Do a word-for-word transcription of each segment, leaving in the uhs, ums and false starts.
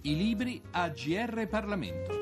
I libri a G R Parlamento.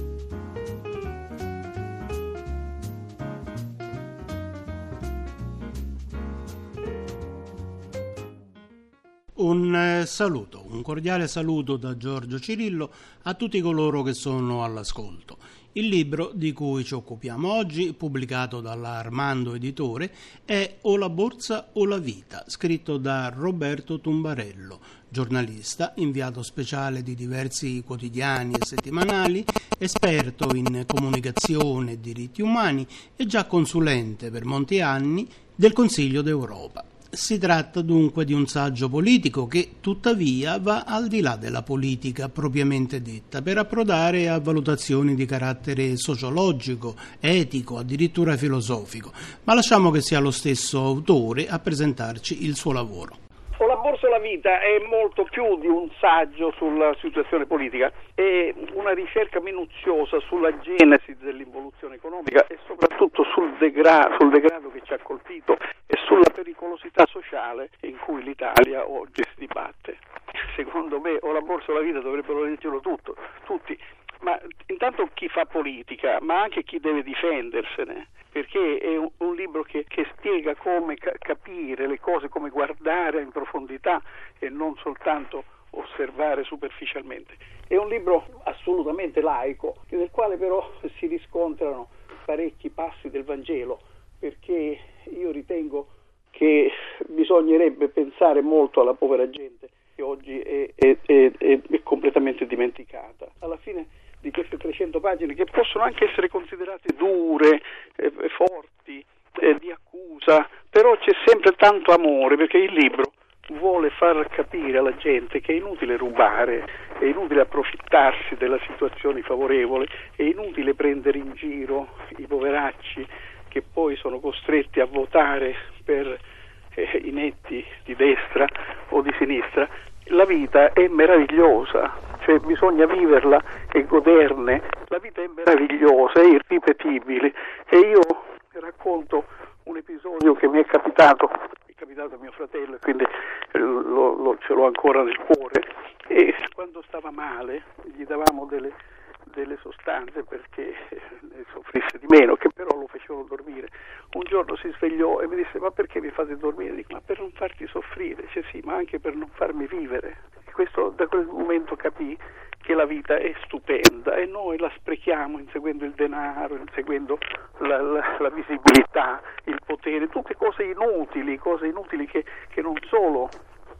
Un eh, saluto, un cordiale saluto da Giorgio Cirillo a tutti coloro che sono all'ascolto. Il libro di cui ci occupiamo oggi, pubblicato dalla Armando Editore, è O la borsa o la vita, scritto da Roberto Tumbarello, giornalista, inviato speciale di diversi quotidiani e settimanali, esperto in comunicazione e diritti umani e già consulente per molti anni del Consiglio d'Europa. Si tratta dunque di un saggio politico che, tuttavia, va al di là della politica propriamente detta per approdare a valutazioni di carattere sociologico, etico, addirittura filosofico. Ma lasciamo che sia lo stesso autore a presentarci il suo lavoro. O la borsa o la vita è molto più di un saggio sulla situazione politica, è una ricerca minuziosa sulla genesi dell'involuzione economica e soprattutto sul, degra- sul degrado che ci ha colpito e sulla pericolosità sociale in cui l'Italia oggi si dibatte. Secondo me o la borsa o la vita dovrebbero leggerlo tutto, tutti, ma intanto chi fa politica, ma anche chi deve difendersene, perché è un, un libro che, che spiega come ca- capire le cose, come guardare in profondità e non soltanto osservare superficialmente. È un libro assolutamente laico, nel quale però si riscontrano parecchi passi del Vangelo, perché io ritengo che bisognerebbe pensare molto alla povera gente che oggi è, è, è, è, è completamente dimenticata. Alla fine di queste trecento pagine, che possono anche essere considerate dure, eh, forti, eh, di accusa, però c'è sempre tanto amore, perché il libro vuole far capire alla gente che è inutile rubare, è inutile approfittarsi della situazione favorevole, è inutile prendere in giro i poveracci che poi sono costretti a votare per eh, i netti di destra o di sinistra. La vita è meravigliosa, cioè bisogna viverla e goderne. La vita è meravigliosa, è irripetibile, e io racconto un episodio che mi è capitato, è capitato a mio fratello e quindi lo, lo, ce l'ho ancora nel cuore. E quando stava male gli davamo delle, delle sostanze perché soffrisse di meno, che però lo facevano dormire. Un giorno si svegliò e mi disse: ma perché mi fate dormire? Dico: ma per non farti soffrire. Dice: sì, ma anche per non farmi vivere. E questo, da quel momento capì che la vita è stupenda e noi la sprechiamo inseguendo il denaro, inseguendo la, la, la visibilità, il potere, tutte cose inutili, cose inutili che, che non solo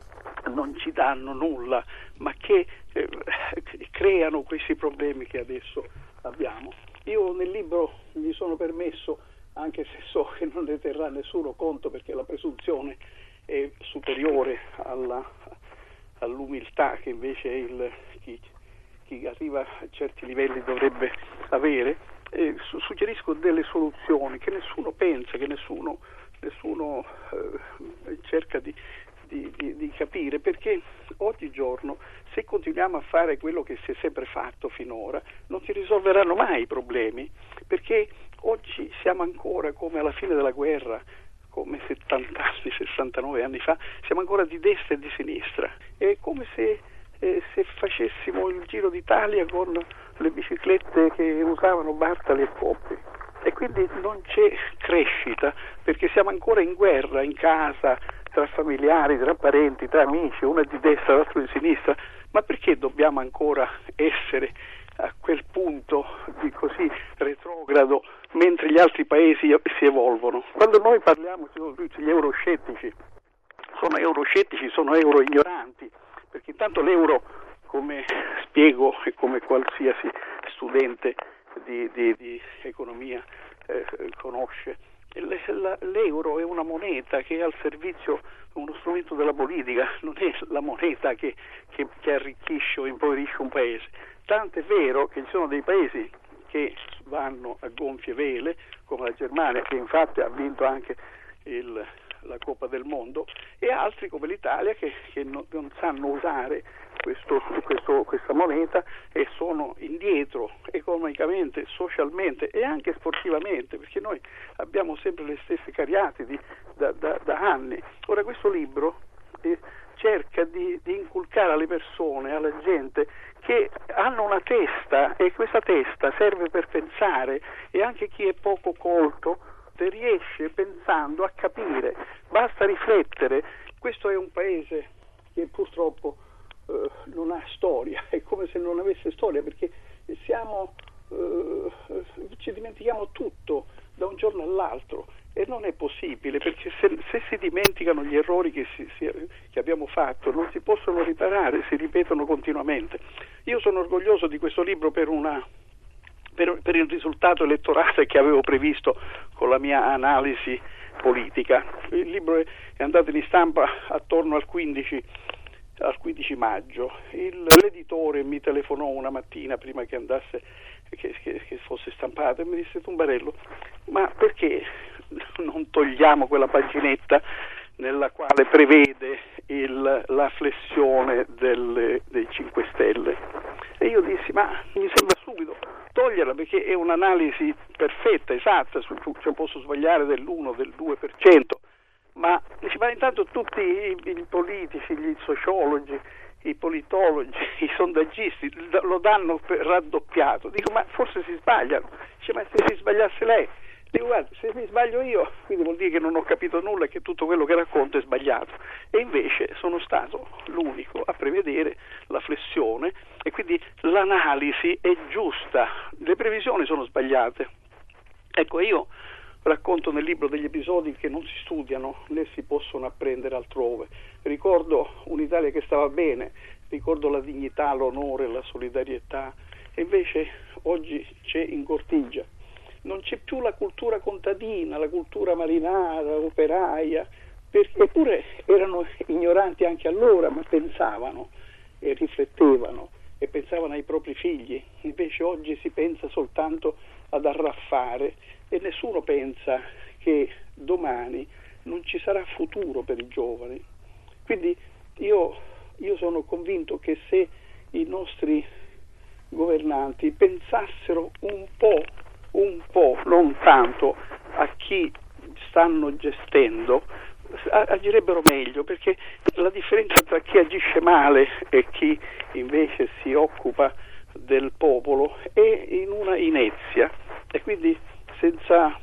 non ci danno nulla, ma che eh, creano questi problemi che adesso abbiamo. Io nel libro mi sono permesso, anche se so che non ne terrà nessuno conto perché la presunzione è superiore alla, all'umiltà che invece il, chi, chi arriva a certi livelli dovrebbe avere, eh, su, suggerisco delle soluzioni che nessuno pensa, che nessuno, nessuno eh, cerca di Di, di, di capire, perché oggigiorno se continuiamo a fare quello che si è sempre fatto finora non si risolveranno mai i problemi, perché oggi siamo ancora come alla fine della guerra, come settanta anni, sessantanove anni fa, siamo ancora di destra e di sinistra. È come se, eh, se facessimo il giro d'Italia con le biciclette che usavano Bartali e Poppi, e quindi non c'è crescita, perché siamo ancora in guerra, in casa, tra familiari, tra parenti, tra amici, uno è di destra, l'altro di sinistra. Ma perché dobbiamo ancora essere a quel punto di così retrogrado mentre gli altri paesi si evolvono? Quando noi parliamo degli euroscettici, sono euroscettici, sono euro-ignoranti, perché intanto l'euro, come spiego e come qualsiasi studente di, di, di economia eh, conosce, l'euro è una moneta che è al servizio, uno strumento della politica, non è la moneta che, che, che arricchisce o impoverisce un paese. Tanto è vero che ci sono dei paesi che vanno a gonfie vele, come la Germania, che infatti ha vinto anche il, la Coppa del Mondo, e altri come l'Italia che, che non, non sanno usare questo, questo, questa moneta e sono indietro economicamente, socialmente e anche sportivamente, perché noi abbiamo sempre le stesse cariatidi da, da, da anni. Ora questo libro eh, cerca di, di inculcare alle persone, alla gente, che hanno una testa e questa testa serve per pensare, e anche chi è poco colto riesce pensando a capire, basta riflettere. Questo è un paese che purtroppo eh, non ha storia, è come se non avesse storia, perché siamo eh, ci dimentichiamo tutto da un giorno all'altro, e non è possibile, perché se, se si dimenticano gli errori che, si, si, che abbiamo fatto non si possono riparare, si ripetono continuamente. Io sono orgoglioso di questo libro per una Per, per il risultato elettorale che avevo previsto con la mia analisi politica. Il libro è, è andato in stampa attorno al quindici, al quindici maggio. Il, l'editore mi telefonò una mattina prima che andasse, che, che, che fosse stampato, e mi disse: Tumbarello, ma perché non togliamo quella paginetta nella quale prevede il, la flessione del, dei cinque Stelle? E io dissi: ma mi sembra subito toglierla, perché è un'analisi perfetta, esatta, su, cioè posso sbagliare dell'uno, del due per cento, ma, ma intanto tutti i, i politici, gli sociologi, i politologi, i sondaggisti lo danno per raddoppiato. Dico: ma forse si sbagliano. Dice: ma se si sbagliasse lei? Dico: guarda, se mi sbaglio io, quindi vuol dire che non ho capito nulla e che tutto quello che racconto è sbagliato. E invece sono stato l'unico a prevedere la flessione, e quindi l'analisi è giusta, le previsioni sono sbagliate. Ecco, io racconto nel libro degli episodi che non si studiano né si possono apprendere altrove. Ricordo un'Italia che stava bene, ricordo la dignità, l'onore, la solidarietà, e invece oggi c'è ingortigia. Non c'è più la cultura contadina, la cultura marinara, operaia, perché eppure erano ignoranti anche allora, ma pensavano e riflettevano e pensavano ai propri figli. Invece oggi si pensa soltanto ad arraffare, e nessuno pensa che domani non ci sarà futuro per i giovani. Quindi io, io sono convinto che se i nostri governanti pensassero un po', un po', non tanto, a chi stanno gestendo, agirebbero meglio, perché la differenza tra chi agisce male e chi invece si occupa del popolo è in una inezia, e quindi senza,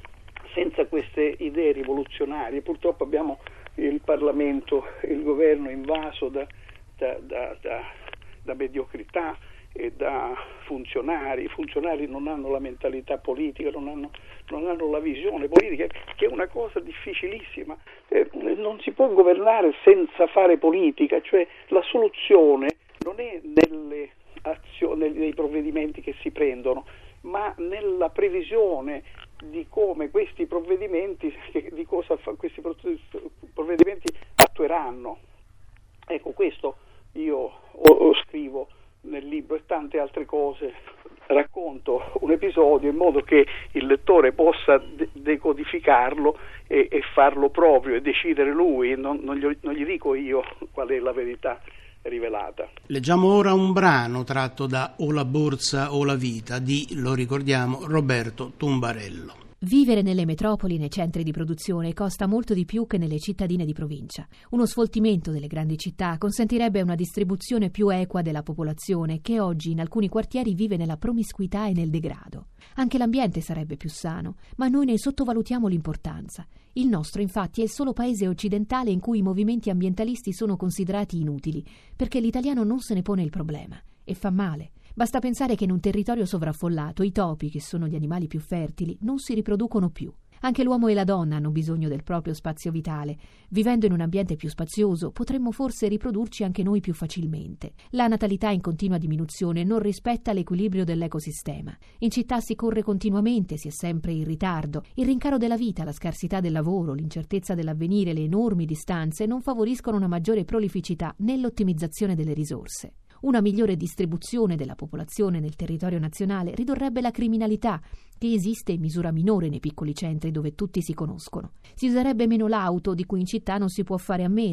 senza queste idee rivoluzionarie purtroppo abbiamo il Parlamento, il governo invaso da, da, da, da, da mediocrità e da funzionari. I funzionari non hanno la mentalità politica, non hanno, non hanno la visione politica, che è una cosa difficilissima. Eh, non si può governare senza fare politica, cioè la soluzione non è nelle azioni, nei provvedimenti che si prendono, ma nella previsione di come questi provvedimenti, di cosa fa, questi provvedimenti attueranno. Ecco, questo io o, o scrivo nel libro, e tante altre cose. Racconto un episodio in modo che il lettore possa de- decodificarlo e, e farlo proprio e decidere lui, non, non, gli, non gli dico io qual è la verità rivelata. Leggiamo ora un brano tratto da O la borsa o la vita di, lo ricordiamo, Roberto Tumbarello. Vivere nelle metropoli, nei centri di produzione, costa molto di più che nelle cittadine di provincia. Uno sfoltimento delle grandi città consentirebbe una distribuzione più equa della popolazione, che oggi in alcuni quartieri vive nella promiscuità e nel degrado. Anche l'ambiente sarebbe più sano, ma noi ne sottovalutiamo l'importanza. Il nostro, infatti, è il solo paese occidentale in cui i movimenti ambientalisti sono considerati inutili, perché l'italiano non se ne pone il problema. E fa male. Basta pensare che in un territorio sovraffollato i topi, che sono gli animali più fertili, non si riproducono più. Anche l'uomo e la donna hanno bisogno del proprio spazio vitale. Vivendo in un ambiente più spazioso, potremmo forse riprodurci anche noi più facilmente. La natalità in continua diminuzione non rispetta l'equilibrio dell'ecosistema. In città si corre continuamente, si è sempre in ritardo. Il rincaro della vita, la scarsità del lavoro, l'incertezza dell'avvenire, le enormi distanze non favoriscono una maggiore prolificità nell'ottimizzazione delle risorse. Una migliore distribuzione della popolazione nel territorio nazionale ridurrebbe la criminalità, che esiste in misura minore nei piccoli centri dove tutti si conoscono. Si userebbe meno l'auto, di cui in città non si può fare a meno.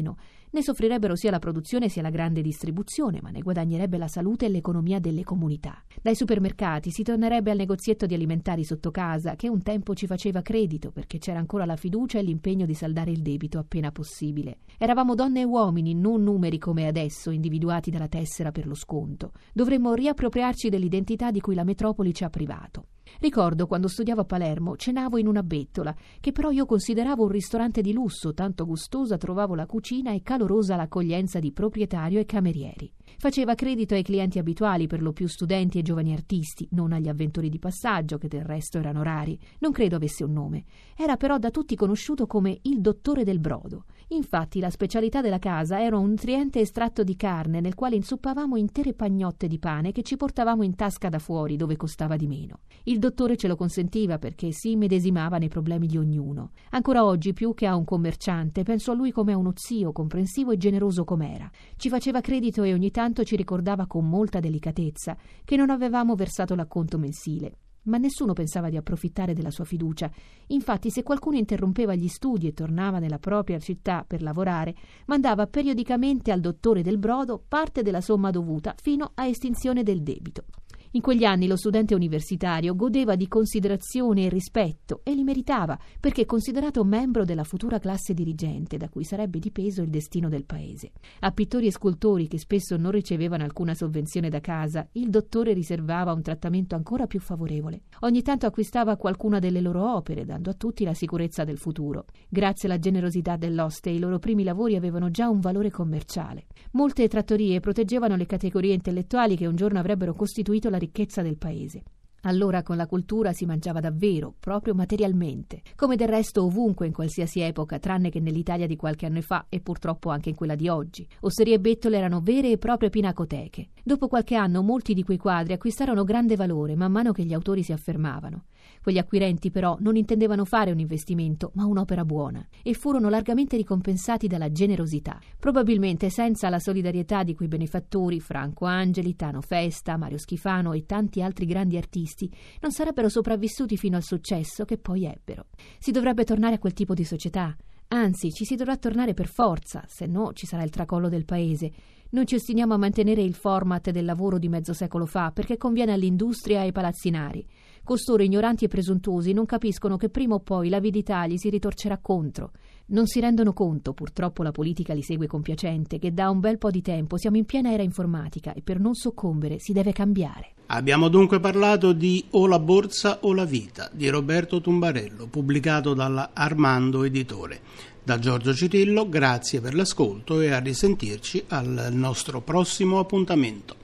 Ne soffrirebbero sia la produzione sia la grande distribuzione, ma ne guadagnerebbe la salute e l'economia delle comunità. Dai supermercati si tornerebbe al negozietto di alimentari sotto casa, che un tempo ci faceva credito perché c'era ancora la fiducia e l'impegno di saldare il debito appena possibile. Eravamo donne e uomini, non numeri come adesso, individuati dalla tessera per lo sconto. Dovremmo riappropriarci dell'identità di cui la metropoli ci ha privato. Ricordo quando studiavo a Palermo cenavo in una bettola, che però io consideravo un ristorante di lusso, tanto gustosa trovavo la cucina e calorosa l'accoglienza di proprietario e camerieri. Faceva credito ai clienti abituali, per lo più studenti e giovani artisti, non agli avventori di passaggio, che del resto erano rari. Non credo avesse un nome. Era però da tutti conosciuto come il dottore del brodo. Infatti la specialità della casa era un nutriente estratto di carne nel quale inzuppavamo intere pagnotte di pane che ci portavamo in tasca da fuori, dove costava di meno. Il dottore ce lo consentiva perché si immedesimava nei problemi di ognuno. Ancora oggi, più che a un commerciante, penso a lui come a uno zio comprensivo e generoso com'era. Ci faceva credito e ogni tanto ci ricordava con molta delicatezza che non avevamo versato l'acconto mensile. Ma nessuno pensava di approfittare della sua fiducia. Infatti, se qualcuno interrompeva gli studi e tornava nella propria città per lavorare, mandava periodicamente al dottore del brodo parte della somma dovuta fino a estinzione del debito. In quegli anni lo studente universitario godeva di considerazione e rispetto e li meritava, perché considerato membro della futura classe dirigente da cui sarebbe dipeso il destino del paese. A pittori e scultori che spesso non ricevevano alcuna sovvenzione da casa, il dottore riservava un trattamento ancora più favorevole. Ogni tanto acquistava qualcuna delle loro opere, dando a tutti la sicurezza del futuro. Grazie alla generosità dell'oste, i loro primi lavori avevano già un valore commerciale. Molte trattorie proteggevano le categorie intellettuali che un giorno avrebbero costituito la ricchezza del paese. Allora con la cultura si mangiava davvero, proprio materialmente, come del resto ovunque in qualsiasi epoca, tranne che nell'Italia di qualche anno fa e purtroppo anche in quella di oggi. Osterie e bettole erano vere e proprie pinacoteche. Dopo qualche anno molti di quei quadri acquistarono grande valore man mano che gli autori si affermavano. Quegli acquirenti però non intendevano fare un investimento, ma un'opera buona, e furono largamente ricompensati dalla generosità. Probabilmente senza la solidarietà di quei benefattori, Franco Angeli, Tano Festa, Mario Schifano e tanti altri grandi artisti, non sarebbero sopravvissuti fino al successo che poi ebbero. Si dovrebbe tornare a quel tipo di società. Anzi, ci si dovrà tornare per forza, se no ci sarà il tracollo del paese. Noi ci ostiniamo a mantenere il format del lavoro di mezzo secolo fa perché conviene all'industria e ai palazzinari. Costoro ignoranti e presuntuosi non capiscono che prima o poi l'avidità gli si ritorcerà contro. Non si rendono conto, purtroppo la politica li segue compiacente, che da un bel po' di tempo siamo in piena era informatica e per non soccombere si deve cambiare. Abbiamo dunque parlato di O la borsa o la vita di Roberto Tumbarello, pubblicato dalla Armando Editore. Da Giorgio Cirillo, grazie per l'ascolto e a risentirci al nostro prossimo appuntamento.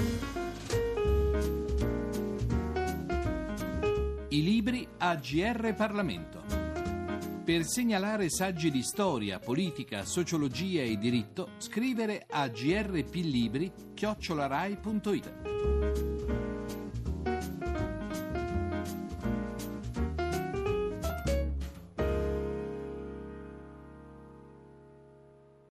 I libri A G R Parlamento. Per segnalare saggi di storia, politica, sociologia e diritto, scrivere a grplibri chiocciola rai punto it.